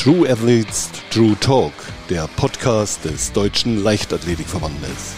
True Athletes, True Talk, der Podcast des Deutschen Leichtathletikverbandes.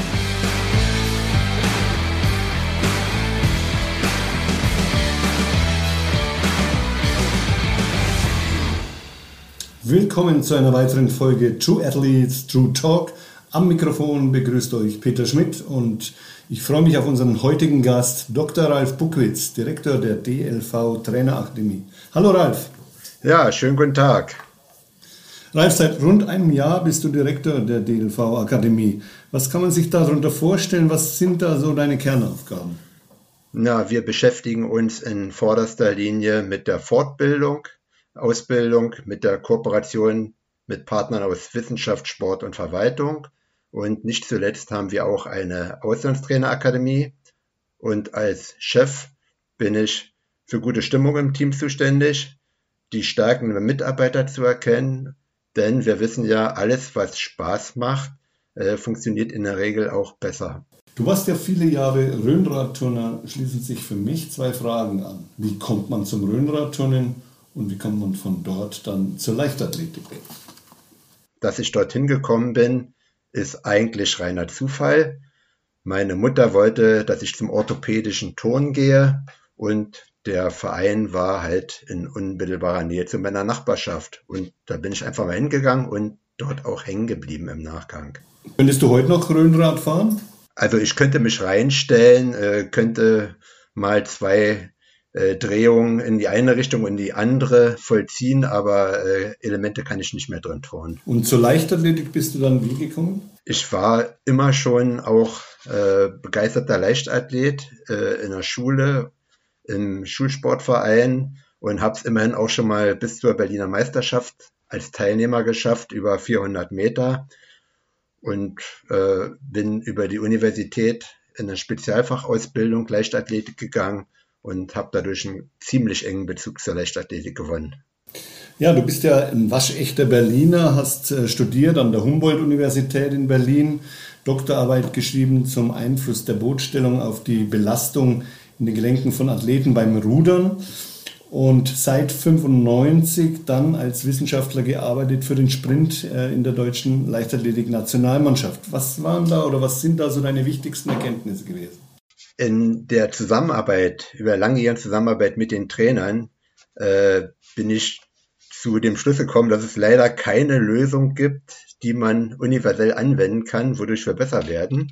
Willkommen zu einer weiteren Folge True Athletes, True Talk. Am Mikrofon begrüßt euch Peter Schmidt und ich freue mich auf unseren heutigen Gast, Dr. Ralf Buckwitz, Direktor der DLV Trainerakademie. Hallo Ralf. Ja, schönen guten Tag. Ralf, seit rund einem Jahr bist du Direktor der DLV Akademie. Was kann man sich darunter vorstellen? Was sind da so deine Kernaufgaben? Na, wir beschäftigen uns in vorderster Linie mit der Fortbildung, Ausbildung, mit der Kooperation mit Partnern aus Wissenschaft, Sport und Verwaltung. Und nicht zuletzt haben wir auch eine Auslandstrainerakademie. Und als Chef bin ich für gute Stimmung im Team zuständig, die Stärken der Mitarbeiter zu erkennen. Denn wir wissen ja, alles, was Spaß macht, funktioniert in der Regel auch besser. Du warst ja viele Jahre Rhönradturner, schließen sich für mich zwei Fragen an. Wie kommt man zum Rhönradturnen und wie kommt man von dort dann zur Leichtathletik? Dass ich dorthin gekommen bin, ist eigentlich reiner Zufall. Meine Mutter wollte, dass ich zum orthopädischen Turnen gehe und der Verein war halt in unmittelbarer Nähe zu meiner Nachbarschaft. Und da bin ich einfach mal hingegangen und dort auch hängen geblieben im Nachgang. Könntest du heute noch Rhönrad fahren? Also ich könnte mich reinstellen, könnte mal zwei Drehungen in die eine Richtung und in die andere vollziehen, aber Elemente kann ich nicht mehr drin turnen. Und zur Leichtathletik bist du dann wie gekommen? Ich war immer schon auch begeisterter Leichtathlet in der Schule, im Schulsportverein und habe es immerhin auch schon mal bis zur Berliner Meisterschaft als Teilnehmer geschafft, über 400 Meter und bin über die Universität in eine Spezialfachausbildung Leichtathletik gegangen und habe dadurch einen ziemlich engen Bezug zur Leichtathletik gewonnen. Ja, du bist ja ein waschechter Berliner, hast studiert an der Humboldt-Universität in Berlin, Doktorarbeit geschrieben zum Einfluss der Bootstellung auf die Belastung in den Gelenken von Athleten beim Rudern und seit 1995 dann als Wissenschaftler gearbeitet für den Sprint in der deutschen Leichtathletik-Nationalmannschaft. Was waren da oder was sind da so deine wichtigsten Erkenntnisse gewesen? In der Zusammenarbeit, über langjährige Zusammenarbeit mit den Trainern, bin ich zu dem Schluss gekommen, dass es leider keine Lösung gibt, die man universell anwenden kann, wodurch wir besser werden.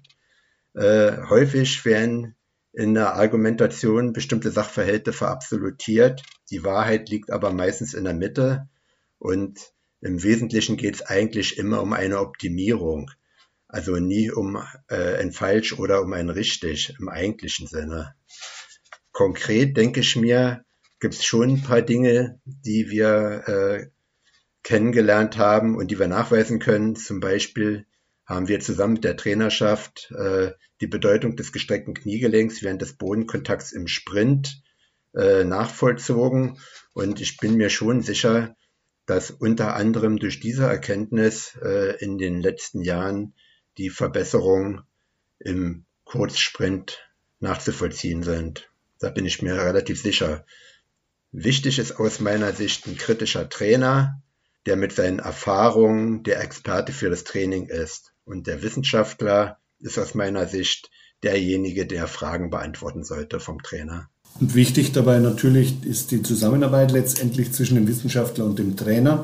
Häufig werden in der Argumentation bestimmte Sachverhalte verabsolutiert. Die Wahrheit liegt aber meistens in der Mitte und im Wesentlichen geht es eigentlich immer um eine Optimierung. Also nie um ein Falsch oder um ein Richtig im eigentlichen Sinne. Konkret denke ich mir, gibt es schon ein paar Dinge, die wir kennengelernt haben und die wir nachweisen können. Zum Beispiel haben wir zusammen mit der Trainerschaft die Bedeutung des gestreckten Kniegelenks während des Bodenkontakts im Sprint nachvollzogen. Und ich bin mir schon sicher, dass unter anderem durch diese Erkenntnis in den letzten Jahren die Verbesserungen im Kurzsprint nachzuvollziehen sind. Da bin ich mir relativ sicher. Wichtig ist aus meiner Sicht ein kritischer Trainer, der mit seinen Erfahrungen der Experte für das Training ist. Und der Wissenschaftler ist aus meiner Sicht derjenige, der Fragen beantworten sollte vom Trainer. Und wichtig dabei natürlich ist die Zusammenarbeit letztendlich zwischen dem Wissenschaftler und dem Trainer.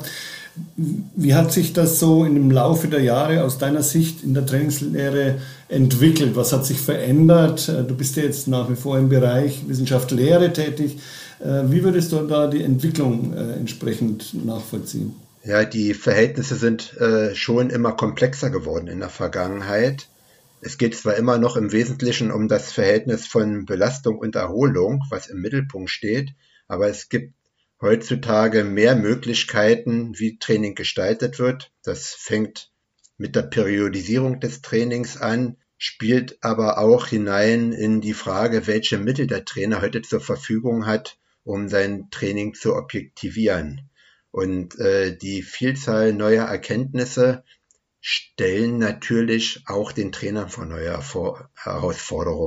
Wie hat sich das so im Laufe der Jahre aus deiner Sicht in der Trainingslehre entwickelt? Was hat sich verändert? Du bist ja jetzt nach wie vor im Bereich Wissenschaft, Lehre tätig. Wie würdest du da die Entwicklung entsprechend nachvollziehen? Ja, die Verhältnisse sind schon immer komplexer geworden in der Vergangenheit. Es geht zwar immer noch im Wesentlichen um das Verhältnis von Belastung und Erholung, was im Mittelpunkt steht, aber es gibt heutzutage mehr Möglichkeiten, wie Training gestaltet wird. Das fängt mit der Periodisierung des Trainings an, spielt aber auch hinein in die Frage, welche Mittel der Trainer heute zur Verfügung hat, um sein Training zu objektivieren. Und die Vielzahl neuer Erkenntnisse stellen natürlich auch den Trainer vor neue Herausforderungen.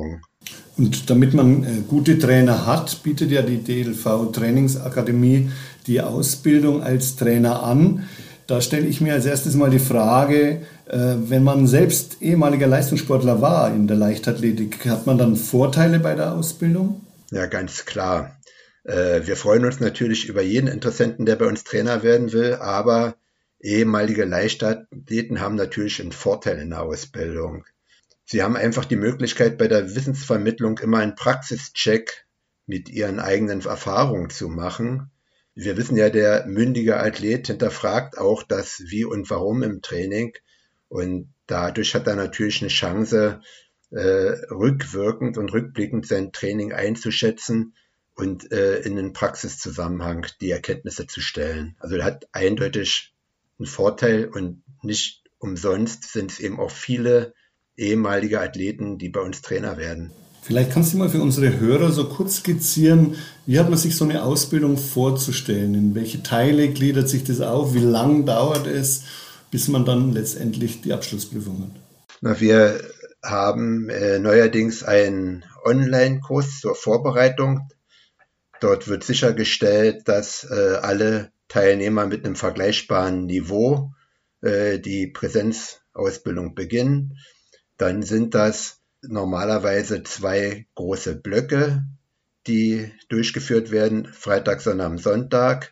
Und damit man gute Trainer hat, bietet ja die DLV Trainingsakademie die Ausbildung als Trainer an. Da stelle ich mir als erstes mal die Frage, wenn man selbst ehemaliger Leistungssportler war in der Leichtathletik, hat man dann Vorteile bei der Ausbildung? Ja, ganz klar. Wir freuen uns natürlich über jeden Interessenten, der bei uns Trainer werden will, aber ehemalige Leichtathleten haben natürlich einen Vorteil in der Ausbildung. Sie haben einfach die Möglichkeit, bei der Wissensvermittlung immer einen Praxischeck mit ihren eigenen Erfahrungen zu machen. Wir wissen ja, der mündige Athlet hinterfragt auch das Wie und Warum im Training und dadurch hat er natürlich eine Chance, rückwirkend und rückblickend sein Training einzuschätzen und in den Praxiszusammenhang die Erkenntnisse zu stellen. Also er hat eindeutig einen Vorteil und nicht umsonst sind es eben auch viele ehemalige Athleten, die bei uns Trainer werden. Vielleicht kannst du mal für unsere Hörer so kurz skizzieren, wie hat man sich so eine Ausbildung vorzustellen? In welche Teile gliedert sich das auf? Wie lang dauert es, bis man dann letztendlich die Abschlussprüfung hat? Na, wir haben neuerdings einen Online-Kurs zur Vorbereitung. Dort wird sichergestellt, dass alle Teilnehmer mit einem vergleichbaren Niveau die Präsenzausbildung beginnen. Dann sind das normalerweise 2 große Blöcke, die durchgeführt werden, Freitag, Sonntag, Sonntag,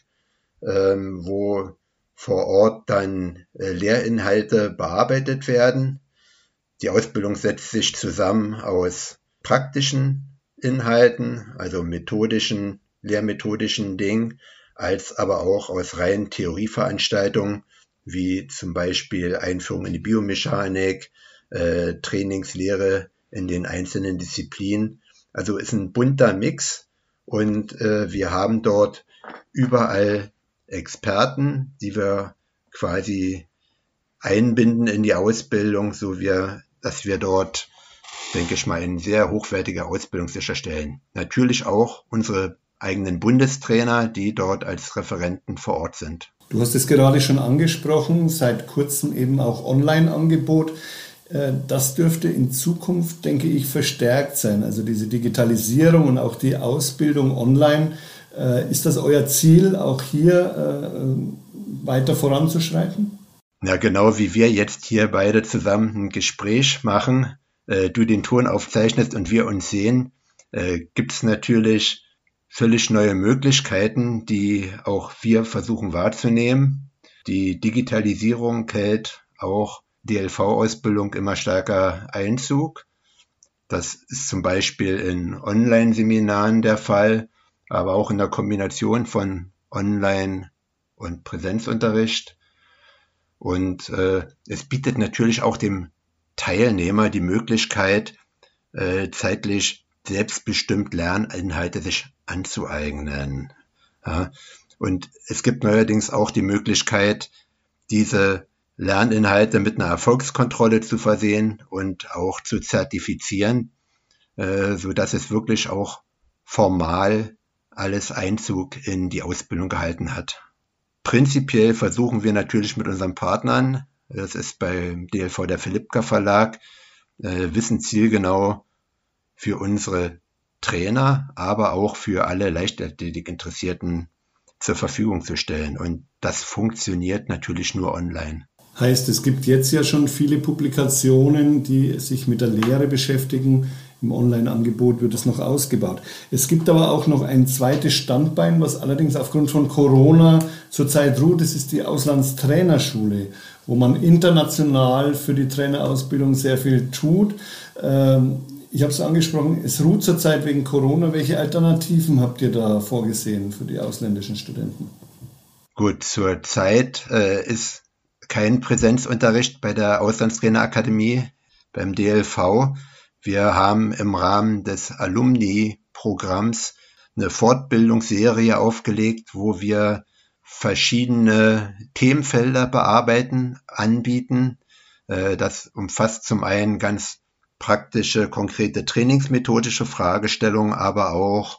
wo vor Ort dann Lehrinhalte bearbeitet werden. Die Ausbildung setzt sich zusammen aus praktischen Inhalten, also methodischen, lehrmethodischen Dingen, als aber auch aus reinen Theorieveranstaltungen, wie zum Beispiel Einführung in die Biomechanik, Trainingslehre in den einzelnen Disziplinen. Also ist ein bunter Mix und wir haben dort überall Experten, die wir quasi einbinden in die Ausbildung, dass wir dort, denke ich mal, eine sehr hochwertige Ausbildung sicherstellen. Natürlich auch unsere eigenen Bundestrainer, die dort als Referenten vor Ort sind. Du hast es gerade schon angesprochen, seit kurzem eben auch Online-Angebot. Das dürfte in Zukunft, denke ich, verstärkt sein. Also diese Digitalisierung und auch die Ausbildung online. Ist das euer Ziel, auch hier weiter voranzuschreiten? Ja, genau wie wir jetzt hier beide zusammen ein Gespräch machen, du den Ton aufzeichnest und wir uns sehen, gibt es natürlich völlig neue Möglichkeiten, die auch wir versuchen wahrzunehmen. Die Digitalisierung hält auch DLV-Ausbildung immer stärker Einzug. Das ist zum Beispiel in Online-Seminaren der Fall, aber auch in der Kombination von Online- und Präsenzunterricht. Und es bietet natürlich auch dem Teilnehmer die Möglichkeit, zeitlich selbstbestimmt Lerninhalte sich anzueignen. Ja. Und es gibt neuerdings auch die Möglichkeit, diese Lerninhalte mit einer Erfolgskontrolle zu versehen und auch zu zertifizieren, sodass es wirklich auch formal alles Einzug in die Ausbildung gehalten hat. Prinzipiell versuchen wir natürlich mit unseren Partnern, das ist beim DLV der Philippka Verlag, Wissen zielgenau für unsere Trainer, aber auch für alle Leichtathletik-Interessierten zur Verfügung zu stellen. Und das funktioniert natürlich nur online. Heißt, es gibt jetzt ja schon viele Publikationen, die sich mit der Lehre beschäftigen. Im Online-Angebot wird es noch ausgebaut. Es gibt aber auch noch ein zweites Standbein, was allerdings aufgrund von Corona zurzeit ruht. Das ist die Auslandstrainerschule, wo man international für die Trainerausbildung sehr viel tut. Ich habe es angesprochen, es ruht zurzeit wegen Corona. Welche Alternativen habt ihr da vorgesehen für die ausländischen Studenten? Gut, zurzeit ist kein Präsenzunterricht bei der Auslandstrainerakademie, beim DLV. Wir haben im Rahmen des Alumni-Programms eine Fortbildungsserie aufgelegt, wo wir verschiedene Themenfelder bearbeiten, anbieten. Das umfasst zum einen ganz praktische, konkrete trainingsmethodische Fragestellungen, aber auch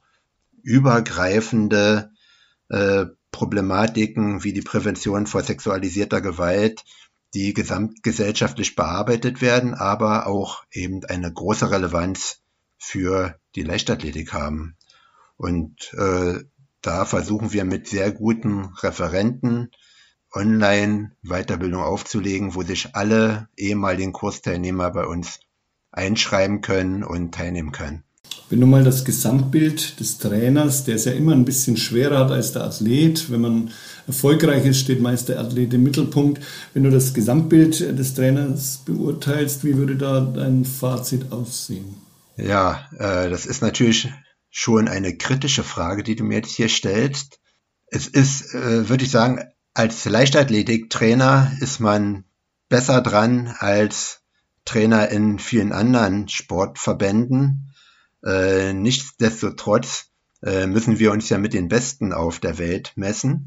übergreifende Problematiken wie die Prävention vor sexualisierter Gewalt, die gesamtgesellschaftlich bearbeitet werden, aber auch eben eine große Relevanz für die Leichtathletik haben. Und da versuchen wir mit sehr guten Referenten online Weiterbildung aufzulegen, wo sich alle ehemaligen Kursteilnehmer bei uns einschreiben können und teilnehmen können. Wenn du mal das Gesamtbild des Trainers, der es ja immer ein bisschen schwerer hat als der Athlet, wenn man erfolgreich ist, steht meist der Athlet im Mittelpunkt. Wenn du das Gesamtbild des Trainers beurteilst, wie würde da dein Fazit aussehen? Ja, das ist natürlich schon eine kritische Frage, die du mir jetzt hier stellst. Es ist, würde ich sagen, als Leichtathletiktrainer ist man besser dran als Trainer in vielen anderen Sportverbänden. Nichtsdestotrotz müssen wir uns ja mit den Besten auf der Welt messen.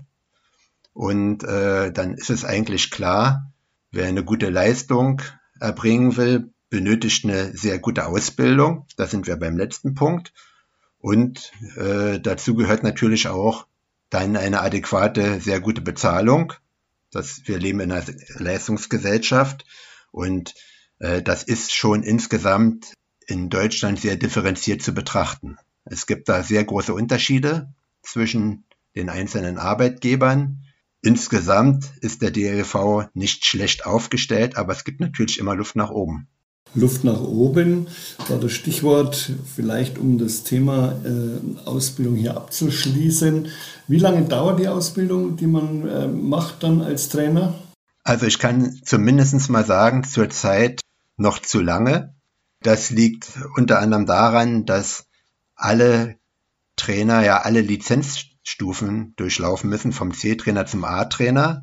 Und dann ist es eigentlich klar, wer eine gute Leistung erbringen will, benötigt eine sehr gute Ausbildung. Da sind wir beim letzten Punkt. Und dazu gehört natürlich auch dann eine adäquate, sehr gute Bezahlung. Wir leben in einer Leistungsgesellschaft und das ist schon insgesamt in Deutschland sehr differenziert zu betrachten. Es gibt da sehr große Unterschiede zwischen den einzelnen Arbeitgebern. Insgesamt ist der DLV nicht schlecht aufgestellt, aber es gibt natürlich immer Luft nach oben. Luft nach oben war das Stichwort, vielleicht um das Thema Ausbildung hier abzuschließen. Wie lange dauert die Ausbildung, die man macht dann als Trainer? Also ich kann zumindest mal sagen, zurzeit noch zu lange. Das liegt unter anderem daran, dass alle Trainer ja alle Lizenzstufen durchlaufen müssen, vom C-Trainer zum A-Trainer.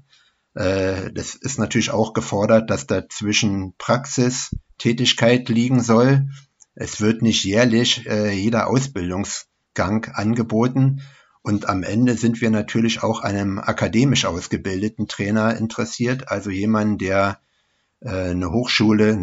Das ist natürlich auch gefordert, dass dazwischen Praxistätigkeit liegen soll. Es wird nicht jährlich jeder Ausbildungsgang angeboten. Und am Ende sind wir natürlich auch an einem akademisch ausgebildeten Trainer interessiert, also jemanden, der eine Hochschule,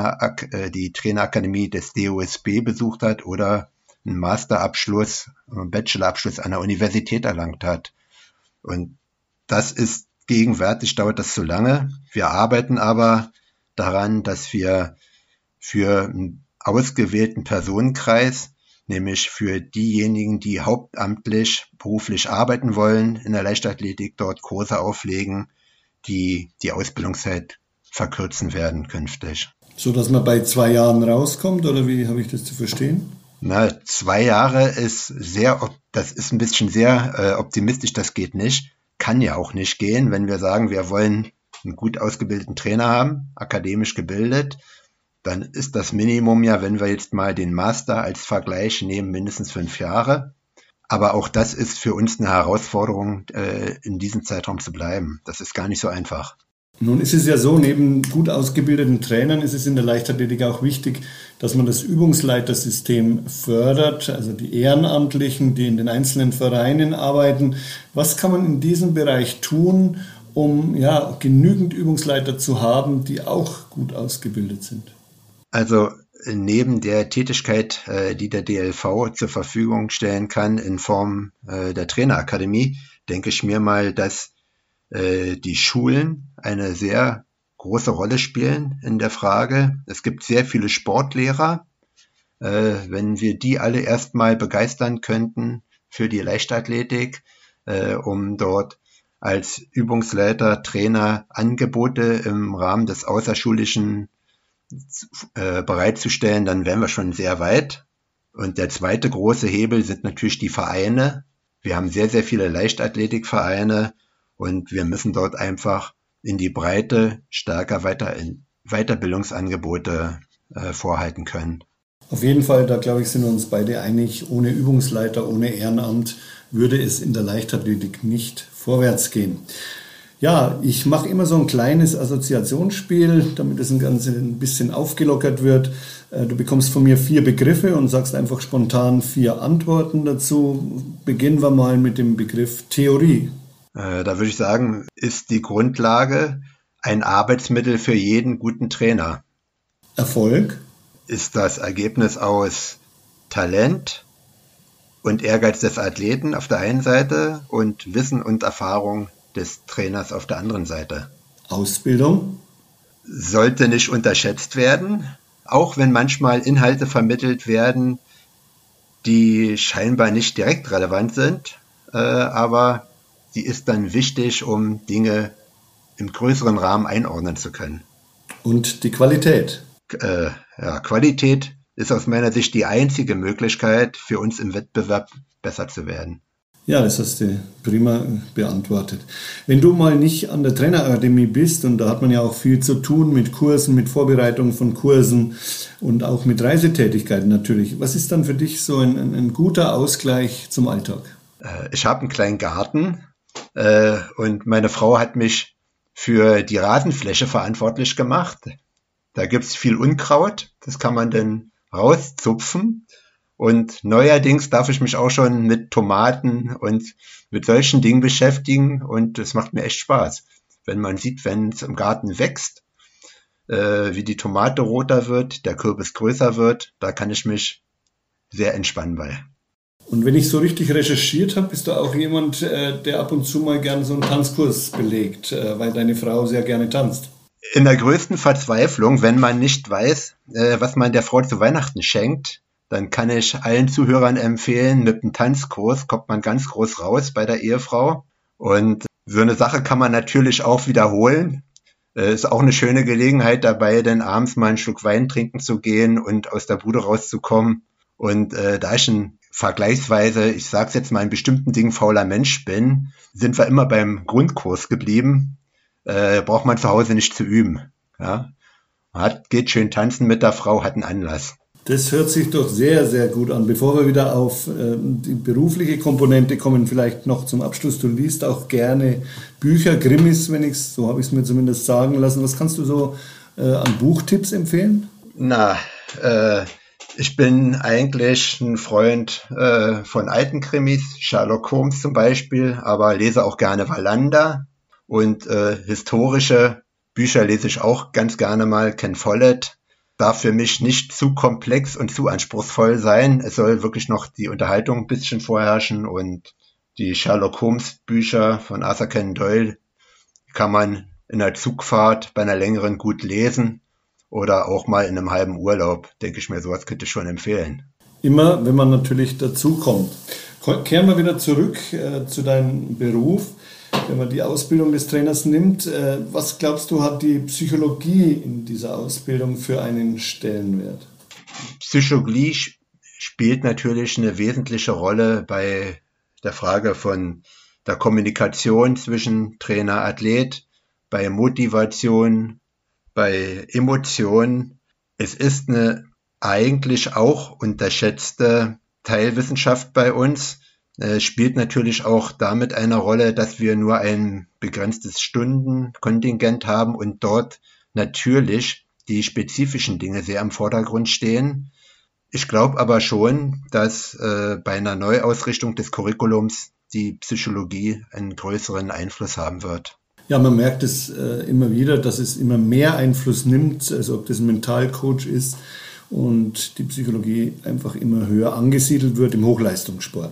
die Trainerakademie des DOSB besucht hat oder einen Masterabschluss, einen Bachelorabschluss an der Universität erlangt hat. Und das ist gegenwärtig, dauert das zu lange. Wir arbeiten aber daran, dass wir für einen ausgewählten Personenkreis, nämlich für diejenigen, die hauptamtlich beruflich arbeiten wollen in der Leichtathletik, dort Kurse auflegen, die die Ausbildungszeit verkürzen werden künftig. So dass man bei 2 Jahren rauskommt, oder wie habe ich das zu verstehen? 2 Jahre ist das ist ein bisschen sehr optimistisch, das geht nicht. Kann ja auch nicht gehen, wenn wir sagen, wir wollen einen gut ausgebildeten Trainer haben, akademisch gebildet, dann ist das Minimum ja, wenn wir jetzt mal den Master als Vergleich nehmen, mindestens 5 Jahre. Aber auch das ist für uns eine Herausforderung, in diesem Zeitraum zu bleiben. Das ist gar nicht so einfach. Nun ist es ja so, neben gut ausgebildeten Trainern ist es in der Leichtathletik auch wichtig, dass man das Übungsleitersystem fördert, also die Ehrenamtlichen, die in den einzelnen Vereinen arbeiten. Was kann man in diesem Bereich tun, um genügend Übungsleiter zu haben, die auch gut ausgebildet sind? Also neben der Tätigkeit, die der DLV zur Verfügung stellen kann in Form der Trainerakademie, denke ich mir mal, dass die Schulen eine sehr große Rolle spielen in der Frage. Es gibt sehr viele Sportlehrer. Wenn wir die alle erstmal begeistern könnten für die Leichtathletik, um dort als Übungsleiter, Trainer Angebote im Rahmen des Außerschulischen bereitzustellen, dann wären wir schon sehr weit. Und der zweite große Hebel sind natürlich die Vereine. Wir haben sehr, sehr viele Leichtathletikvereine und wir müssen dort einfach in die Breite stärker Weiterbildungsangebote vorhalten können. Auf jeden Fall, da glaube ich, sind wir uns beide einig, ohne Übungsleiter, ohne Ehrenamt würde es in der Leichtathletik nicht vorwärts gehen. Ja, ich mache immer so ein kleines Assoziationsspiel, damit das Ganze ein bisschen aufgelockert wird. Du bekommst von mir 4 Begriffe und sagst einfach spontan 4 Antworten dazu. Beginnen wir mal mit dem Begriff Theorie. Da würde ich sagen, ist die Grundlage ein Arbeitsmittel für jeden guten Trainer. Erfolg? Ist das Ergebnis aus Talent und Ehrgeiz des Athleten auf der einen Seite und Wissen und Erfahrung des Trainers auf der anderen Seite. Ausbildung? Sollte nicht unterschätzt werden. auch wenn manchmal Inhalte vermittelt werden, die scheinbar nicht direkt relevant sind, aber sie ist dann wichtig, um Dinge im größeren Rahmen einordnen zu können. Und die Qualität. Qualität ist aus meiner Sicht die einzige Möglichkeit für uns im Wettbewerb besser zu werden. Ja, das hast du prima beantwortet. Wenn du mal nicht an der Trainerakademie bist, und da hat man ja auch viel zu tun mit Kursen, mit Vorbereitung von Kursen und auch mit Reisetätigkeiten natürlich. Was ist dann für dich so ein guter Ausgleich zum Alltag? Ich habe einen kleinen Garten und meine Frau hat mich für die Rasenfläche verantwortlich gemacht. Da gibt es viel Unkraut, das kann man dann rauszupfen. Und neuerdings darf ich mich auch schon mit Tomaten und mit solchen Dingen beschäftigen und es macht mir echt Spaß. Wenn man sieht, wenn es im Garten wächst, wie die Tomate roter wird, der Kürbis größer wird, da kann ich mich sehr entspannen bei. Und wenn ich so richtig recherchiert habe, bist du auch jemand, der ab und zu mal gerne so einen Tanzkurs belegt, weil deine Frau sehr gerne tanzt. In der größten Verzweiflung, wenn man nicht weiß, was man der Frau zu Weihnachten schenkt, dann kann ich allen Zuhörern empfehlen, mit einem Tanzkurs kommt man ganz groß raus bei der Ehefrau. Und so eine Sache kann man natürlich auch wiederholen. Ist auch eine schöne Gelegenheit dabei, dann abends mal einen Schluck Wein trinken zu gehen und aus der Bude rauszukommen. Und da ich ein vergleichsweise, ich sag's jetzt mal, in bestimmten Dingen fauler Mensch bin, sind wir immer beim Grundkurs geblieben. Braucht man zu Hause nicht zu üben. Ja? Geht schön tanzen mit der Frau, hat einen Anlass. Das hört sich doch sehr, sehr gut an. Bevor wir wieder auf die berufliche Komponente kommen, vielleicht noch zum Abschluss. Du liest auch gerne Bücher, Krimis, so habe ich es mir zumindest sagen lassen. Was kannst du so an Buchtipps empfehlen? Ich bin eigentlich ein Freund von alten Krimis, Sherlock Holmes zum Beispiel, aber lese auch gerne Wallander und historische Bücher lese ich auch ganz gerne mal, Ken Follett. Darf für mich nicht zu komplex und zu anspruchsvoll sein. Es soll wirklich noch die Unterhaltung ein bisschen vorherrschen und die Sherlock Holmes Bücher von Arthur Conan Doyle kann man in der Zugfahrt bei einer längeren gut lesen oder auch mal in einem halben Urlaub, denke ich mir, sowas könnte ich schon empfehlen. Immer, wenn man natürlich dazu kommt. Kehren wir wieder zurück zu deinem Beruf. Wenn man die Ausbildung des Trainers nimmt, was glaubst du, hat die Psychologie in dieser Ausbildung für einen Stellenwert? Psychologie spielt natürlich eine wesentliche Rolle bei der Frage von der Kommunikation zwischen Trainer, Athlet, bei Motivation, bei Emotionen. Es ist eine eigentlich auch unterschätzte Teilwissenschaft bei uns. Spielt natürlich auch damit eine Rolle, dass wir nur ein begrenztes Stundenkontingent haben und dort natürlich die spezifischen Dinge sehr im Vordergrund stehen. Ich glaube aber schon, dass bei einer Neuausrichtung des Curriculums die Psychologie einen größeren Einfluss haben wird. Ja, man merkt es immer wieder, dass es immer mehr Einfluss nimmt, also ob das ein Mentalcoach ist und die Psychologie einfach immer höher angesiedelt wird im Hochleistungssport.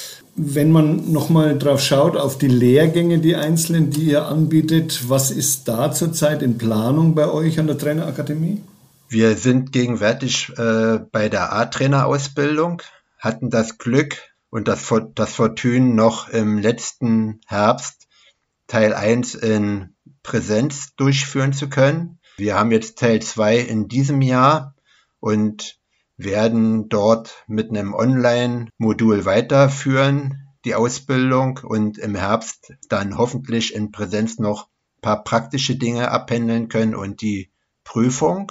Wenn man nochmal drauf schaut, auf die Lehrgänge, die einzelnen, die ihr anbietet, was ist da zurzeit in Planung bei euch an der Trainerakademie? Wir sind gegenwärtig bei der A-Trainer-Ausbildung, hatten das Glück und das Fortune noch im letzten Herbst Teil 1 in Präsenz durchführen zu können. Wir haben jetzt Teil 2 in diesem Jahr und werden dort mit einem Online-Modul weiterführen, die Ausbildung, und im Herbst dann hoffentlich in Präsenz noch ein paar praktische Dinge abhandeln können und die Prüfung.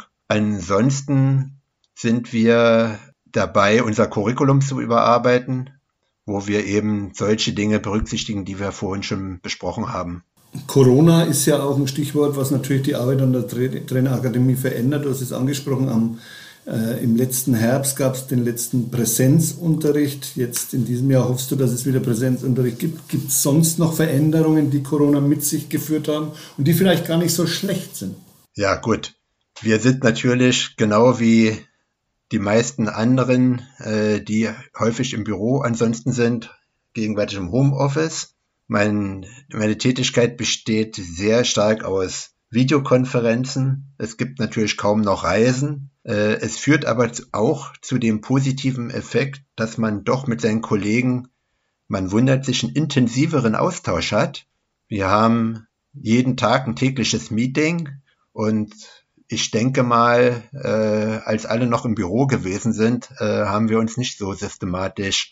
Ansonsten sind wir dabei, unser Curriculum zu überarbeiten, wo wir eben solche Dinge berücksichtigen, die wir vorhin schon besprochen haben. Corona ist ja auch ein Stichwort, was natürlich die Arbeit an der Trainerakademie verändert. Du hast es angesprochen, im letzten Herbst gab es den letzten Präsenzunterricht. Jetzt in diesem Jahr hoffst du, dass es wieder Präsenzunterricht gibt. Gibt es sonst noch Veränderungen, die Corona mit sich geführt haben und die vielleicht gar nicht so schlecht sind? Ja, gut. Wir sind natürlich genau wie die meisten anderen, die häufig im Büro ansonsten sind, gegenwärtig im Homeoffice. Meine Tätigkeit besteht sehr stark aus Videokonferenzen. Es gibt natürlich kaum noch Reisen. Es führt aber auch zu dem positiven Effekt, dass man doch mit seinen Kollegen, man wundert sich, einen intensiveren Austausch hat. Wir haben jeden Tag ein tägliches Meeting und ich denke mal, als alle noch im Büro gewesen sind, haben wir uns nicht so systematisch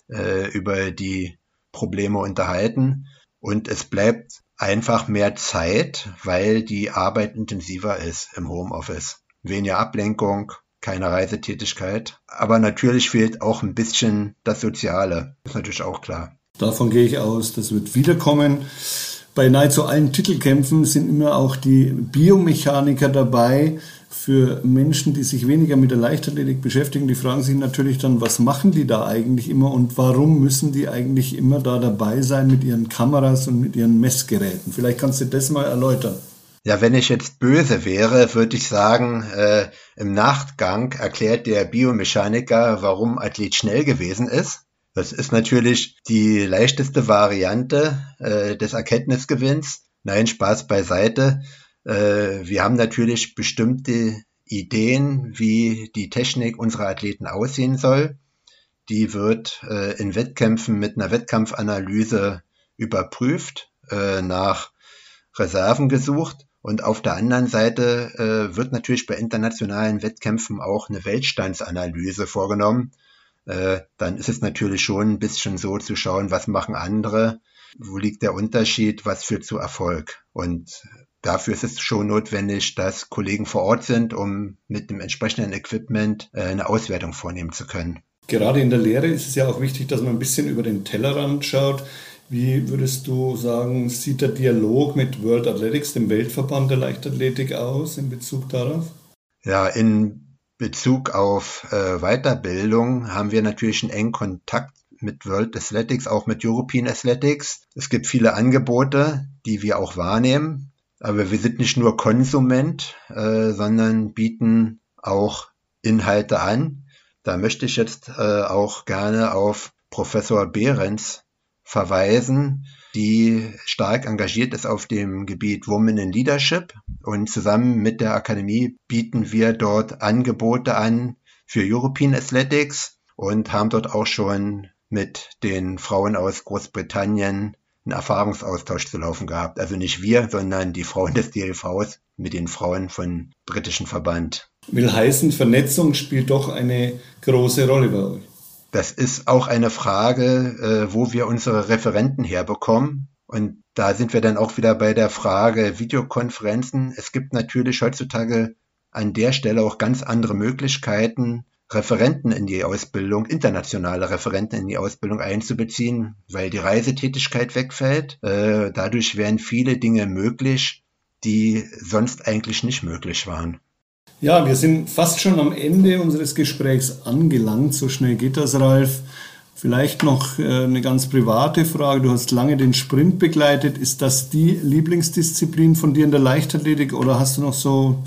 über die Probleme unterhalten. Und es bleibt einfach mehr Zeit, weil die Arbeit intensiver ist im Homeoffice. Weniger Ablenkung, keine Reisetätigkeit. Aber natürlich fehlt auch ein bisschen das Soziale. Ist natürlich auch klar. Davon gehe ich aus, das wird wiederkommen. Bei nahezu allen Titelkämpfen sind immer auch die Biomechaniker dabei. Für Menschen, die sich weniger mit der Leichtathletik beschäftigen, die fragen sich natürlich dann, was machen die da eigentlich immer und warum müssen die eigentlich immer da dabei sein mit ihren Kameras und mit ihren Messgeräten? Vielleicht kannst du das mal erläutern. Ja, wenn ich jetzt böse wäre, würde ich sagen, im Nachgang erklärt der Biomechaniker, warum Athlet schnell gewesen ist. Das ist natürlich die leichteste Variante des Erkenntnisgewinns. Nein, Spaß beiseite. Wir haben natürlich bestimmte Ideen, wie die Technik unserer Athleten aussehen soll. Die wird in Wettkämpfen mit einer Wettkampfanalyse überprüft, nach Reserven gesucht. Und auf der anderen Seite wird natürlich bei internationalen Wettkämpfen auch eine Weltstandsanalyse vorgenommen. Dann ist es natürlich schon ein bisschen so zu schauen, was machen andere, wo liegt der Unterschied, was führt zu Erfolg. Und dafür ist es schon notwendig, dass Kollegen vor Ort sind, um mit dem entsprechenden Equipment eine Auswertung vornehmen zu können. Gerade in der Lehre ist es ja auch wichtig, dass man ein bisschen über den Tellerrand schaut. Wie würdest du sagen, sieht der Dialog mit World Athletics, dem Weltverband der Leichtathletik, aus in Bezug darauf? Ja, in Bezug auf Weiterbildung haben wir natürlich einen engen Kontakt mit World Athletics, auch mit European Athletics. Es gibt viele Angebote, die wir auch wahrnehmen, aber wir sind nicht nur Konsument, sondern bieten auch Inhalte an. Da möchte ich jetzt auch gerne auf Professor Behrens verweisen, die stark engagiert ist auf dem Gebiet Women in Leadership. Und zusammen mit der Akademie bieten wir dort Angebote an für European Athletics und haben dort auch schon mit den Frauen aus Großbritannien einen Erfahrungsaustausch zu laufen gehabt. Also nicht wir, sondern die Frauen des DLVs mit den Frauen von britischen Verband. Will heißen, Vernetzung spielt doch eine große Rolle bei euch. Das ist auch eine Frage, wo wir unsere Referenten herbekommen. Und da sind wir dann auch wieder bei der Frage Videokonferenzen. Es gibt natürlich heutzutage an der Stelle auch ganz andere Möglichkeiten, Referenten in die Ausbildung, internationale Referenten in die Ausbildung einzubeziehen, weil die Reisetätigkeit wegfällt. Dadurch werden viele Dinge möglich, die sonst eigentlich nicht möglich waren. Ja, wir sind fast schon am Ende unseres Gesprächs angelangt. So schnell geht das, Ralf. Vielleicht noch eine ganz private Frage. Du hast lange den Sprint begleitet. Ist das die Lieblingsdisziplin von dir in der Leichtathletik oder hast du noch so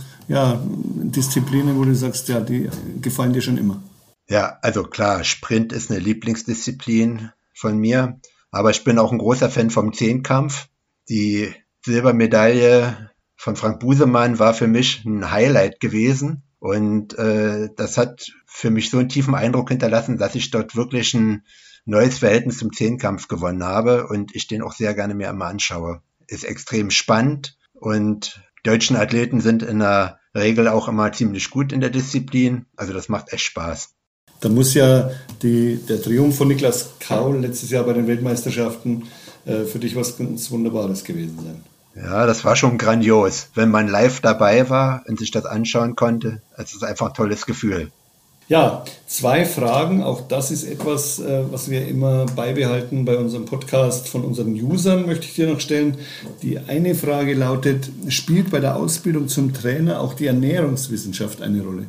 Disziplinen, wo du sagst, ja, die gefallen dir schon immer? Ja, also klar, Sprint ist eine Lieblingsdisziplin von mir, aber ich bin auch ein großer Fan vom Zehnkampf. Die Silbermedaille von Frank Busemann war für mich ein Highlight gewesen und das hat für mich so einen tiefen Eindruck hinterlassen, dass ich dort wirklich ein neues Verhältnis zum Zehnkampf gewonnen habe und ich den auch sehr gerne mir immer anschaue. Ist extrem spannend und deutschen Athleten sind in der Regel auch immer ziemlich gut in der Disziplin, also das macht echt Spaß. Da muss ja der Triumph von Niklas Kaul letztes Jahr bei den Weltmeisterschaften für dich was ganz Wunderbares gewesen sein. Ja, das war schon grandios, wenn man live dabei war und sich das anschauen konnte. Es ist einfach ein tolles Gefühl. Ja, 2 Fragen. Auch das ist etwas, was wir immer beibehalten bei unserem Podcast von unseren Usern, möchte ich dir noch stellen. Die eine Frage lautet, spielt bei der Ausbildung zum Trainer auch die Ernährungswissenschaft eine Rolle?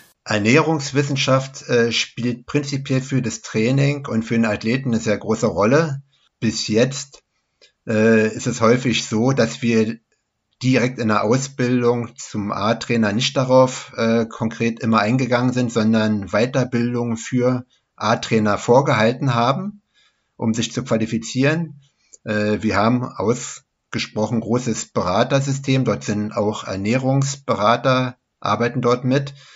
Ernährungswissenschaft spielt prinzipiell für das Training und für den Athleten eine sehr große Rolle. Bis jetzt ist es häufig so, dass wir direkt in der Ausbildung zum A-Trainer nicht darauf konkret immer eingegangen sind, sondern Weiterbildung für A-Trainer vorgehalten haben, um sich zu qualifizieren. Wir haben ausgesprochen großes Beratersystem, dort sind auch Ernährungsberater, arbeiten dort mit.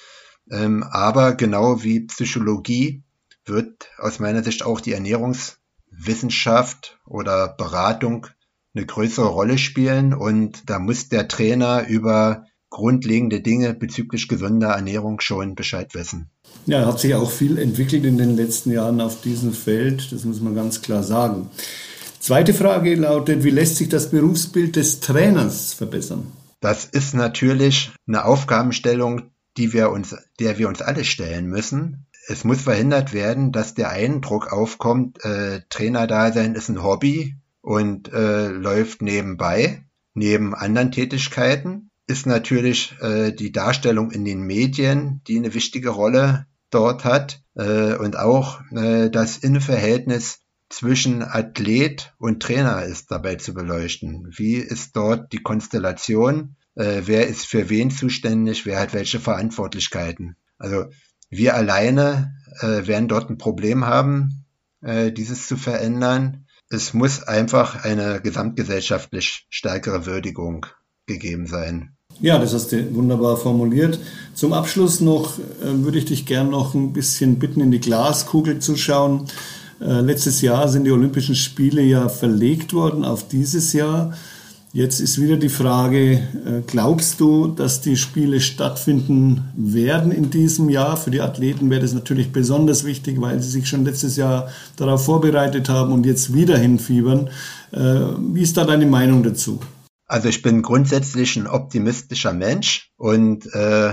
Aber genau wie Psychologie wird aus meiner Sicht auch die Ernährungswissenschaft oder Beratung eine größere Rolle spielen. Und da muss der Trainer über grundlegende Dinge bezüglich gesunder Ernährung schon Bescheid wissen. Ja, hat sich auch viel entwickelt in den letzten Jahren auf diesem Feld, das muss man ganz klar sagen. Zweite Frage lautet, wie lässt sich das Berufsbild des Trainers verbessern? Das ist natürlich eine Aufgabenstellung, der wir uns alle stellen müssen. Es muss verhindert werden, dass der Eindruck aufkommt, Trainerdasein ist ein Hobby und läuft nebenbei. Neben anderen Tätigkeiten ist natürlich die Darstellung in den Medien, die eine wichtige Rolle dort hat, und auch das Innenverhältnis zwischen Athlet und Trainer ist dabei zu beleuchten. Wie ist dort die Konstellation? Wer ist für wen zuständig? Wer hat welche Verantwortlichkeiten? Also wir alleine werden dort ein Problem haben, dieses zu verändern. Es muss einfach eine gesamtgesellschaftlich stärkere Würdigung gegeben sein. Ja, das hast du wunderbar formuliert. Zum Abschluss noch würde ich dich gern noch ein bisschen bitten, in die Glaskugel zu schauen. Letztes Jahr sind die Olympischen Spiele ja verlegt worden auf dieses Jahr. Jetzt ist wieder die Frage, glaubst du, dass die Spiele stattfinden werden in diesem Jahr? Für die Athleten wäre das natürlich besonders wichtig, weil sie sich schon letztes Jahr darauf vorbereitet haben und jetzt wieder hinfiebern. Wie ist da deine Meinung dazu? Also ich bin grundsätzlich ein optimistischer Mensch und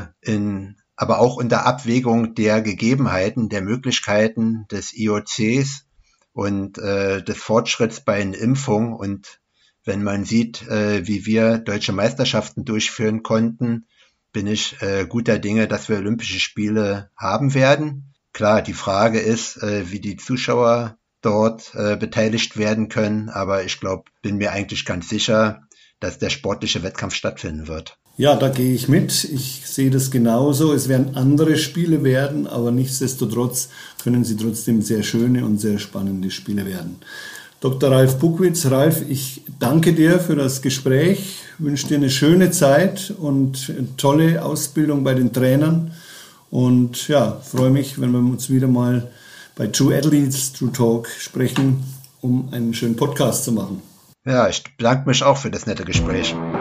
aber auch unter Abwägung der Gegebenheiten, der Möglichkeiten des IOCs und des Fortschritts bei den Impfungen. Und wenn man sieht, wie wir deutsche Meisterschaften durchführen konnten, bin ich guter Dinge, dass wir Olympische Spiele haben werden. Klar, die Frage ist, wie die Zuschauer dort beteiligt werden können, aber ich bin mir eigentlich ganz sicher, dass der sportliche Wettkampf stattfinden wird. Ja, da gehe ich mit. Ich sehe das genauso. Es werden andere Spiele werden, aber nichtsdestotrotz können sie trotzdem sehr schöne und sehr spannende Spiele werden. Dr. Ralf Buckwitz, Ralf, ich danke dir für das Gespräch, wünsche dir eine schöne Zeit und eine tolle Ausbildung bei den Trainern und ja, freue mich, wenn wir uns wieder mal bei True Athletes, True Talk sprechen, um einen schönen Podcast zu machen. Ja, ich bedanke mich auch für das nette Gespräch.